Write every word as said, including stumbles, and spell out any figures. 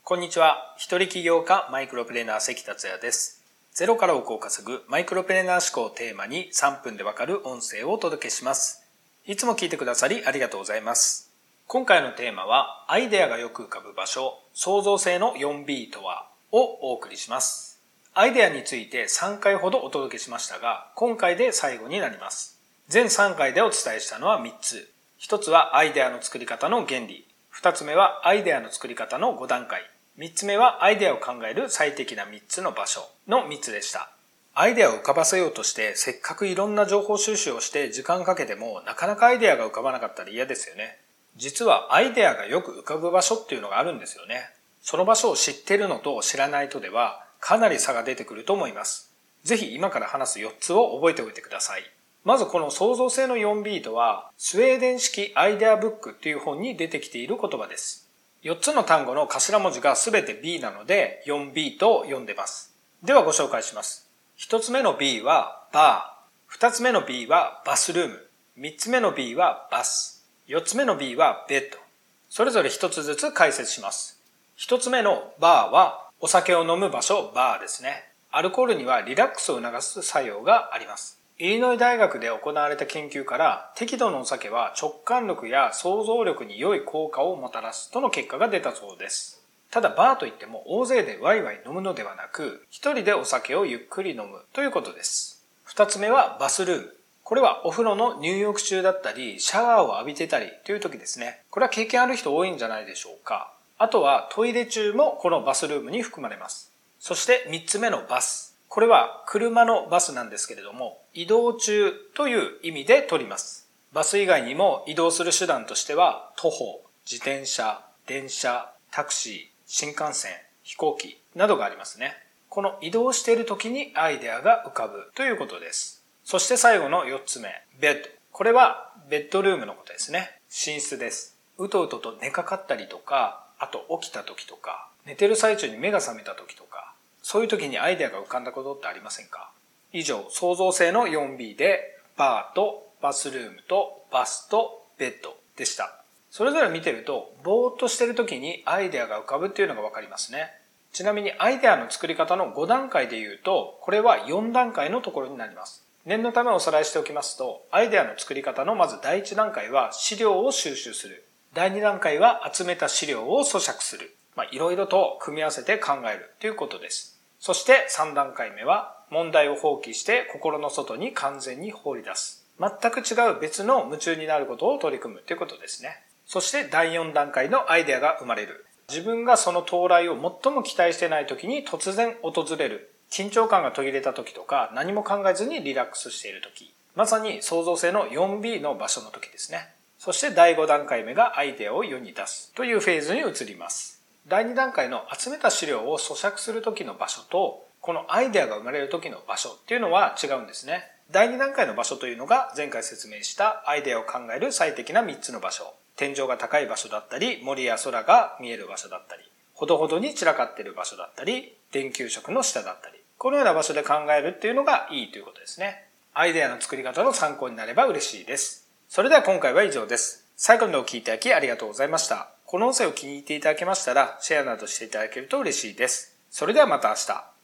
こんにちは。一人起業家マイクロプレーナー関達也です。ゼロから億を稼ぐマイクロプレーナー思考をテーマにさんぷんでわかる音声をお届けします。いつも聞いてくださりありがとうございます。今回のテーマはアイデアがよく浮かぶ場所、創造性の よんビー とはをお送りします。アイデアについてさんかいほどお届けしましたが、今回で最後になります。全さんかいでお伝えしたのはみっつ。ひとつはアイデアの作り方の原理。ふたつめはアイデアの作り方のごだんかい。みっつめはアイデアを考える最適なみっつの場所のみっつでした。アイデアを浮かばせようとしてせっかくいろんな情報収集をして時間かけてもなかなかアイデアが浮かばなかったら嫌ですよね。実はアイデアがよく浮かぶ場所っていうのがあるんですよね。その場所を知っているのと知らないとではかなり差が出てくると思います。ぜひ今から話すよっつを覚えておいてください。まずこの創造性の よんビー とはスウェーデン式アイデアブックっていう本に出てきている言葉です。よっつの単語の頭文字がすべて ビー なので よんビー と呼んでます。ではご紹介します。ひとつめの ビー はバー、ふたつめの ビー はバスルーム、みっつめの ビー はバス、よっつめの ビー はベッド。それぞれひとつずつ解説します。ひとつめのバーはお酒を飲む場所、バーですね。アルコールにはリラックスを促す作用があります。イリノイ大学で行われた研究から適度なお酒は直感力や想像力に良い効果をもたらすとの結果が出たそうです。ただバーといっても大勢でワイワイ飲むのではなく、一人でお酒をゆっくり飲むということです。二つ目はバスルーム。これはお風呂の入浴中だったり、シャワーを浴びてたりという時ですね。これは経験ある人多いんじゃないでしょうか。あとはトイレ中もこのバスルームに含まれます。そして三つ目のバス。これは車のバスなんですけれども、移動中という意味で取ります。バス以外にも移動する手段としては、徒歩、自転車、電車、タクシー、新幹線、飛行機などがありますね。この移動している時にアイデアが浮かぶということです。そして最後のよっつめ、ベッド。これはベッドルームのことですね。寝室です。うとうとと寝かかったりとか、あと起きた時とか、寝てる最中に目が覚めた時とか、そういう時にアイデアが浮かんだことってありませんか？以上、創造性の よんビー でバーとバスルームとバスとベッドでした。それぞれ見てるとぼーっとしてる時にアイデアが浮かぶっていうのがわかりますね。ちなみにアイデアの作り方のごだんかいで言うと、これはよんだんかいのところになります。念のためおさらいしておきますと、アイデアの作り方のまずだいいちだんかいは資料を収集する。だいにだんかいは集めた資料を咀嚼する。まあ、いろいろと組み合わせて考えるということです。そしてさんだんかいめは問題を放棄して心の外に完全に放り出す。全く違う別の夢中になることを取り組むということですね。そしてだいよんだんかいのアイデアが生まれる。自分がその到来を最も期待していない時に突然訪れる。緊張感が途切れた時とか何も考えずにリラックスしている時。まさに創造性の よんビー の場所の時ですね。そしてだいごだんかいめがアイデアを世に出すというフェーズに移ります。だいにだんかいの集めた資料を咀嚼する時の場所と、このアイデアが生まれる時の場所っていうのは違うんですね。だいにだんかいの場所というのが前回説明したアイデアを考える最適なみっつの場所。天井が高い場所だったり、森や空が見える場所だったり、ほどほどに散らかっている場所だったり、電球色の下だったり、このような場所で考えるっていうのがいいということですね。アイデアの作り方の参考になれば嬉しいです。それでは今回は以上です。最後までお聞きいただきありがとうございました。この音声を気に入っていただけましたら、シェアなどしていただけると嬉しいです。それではまた明日。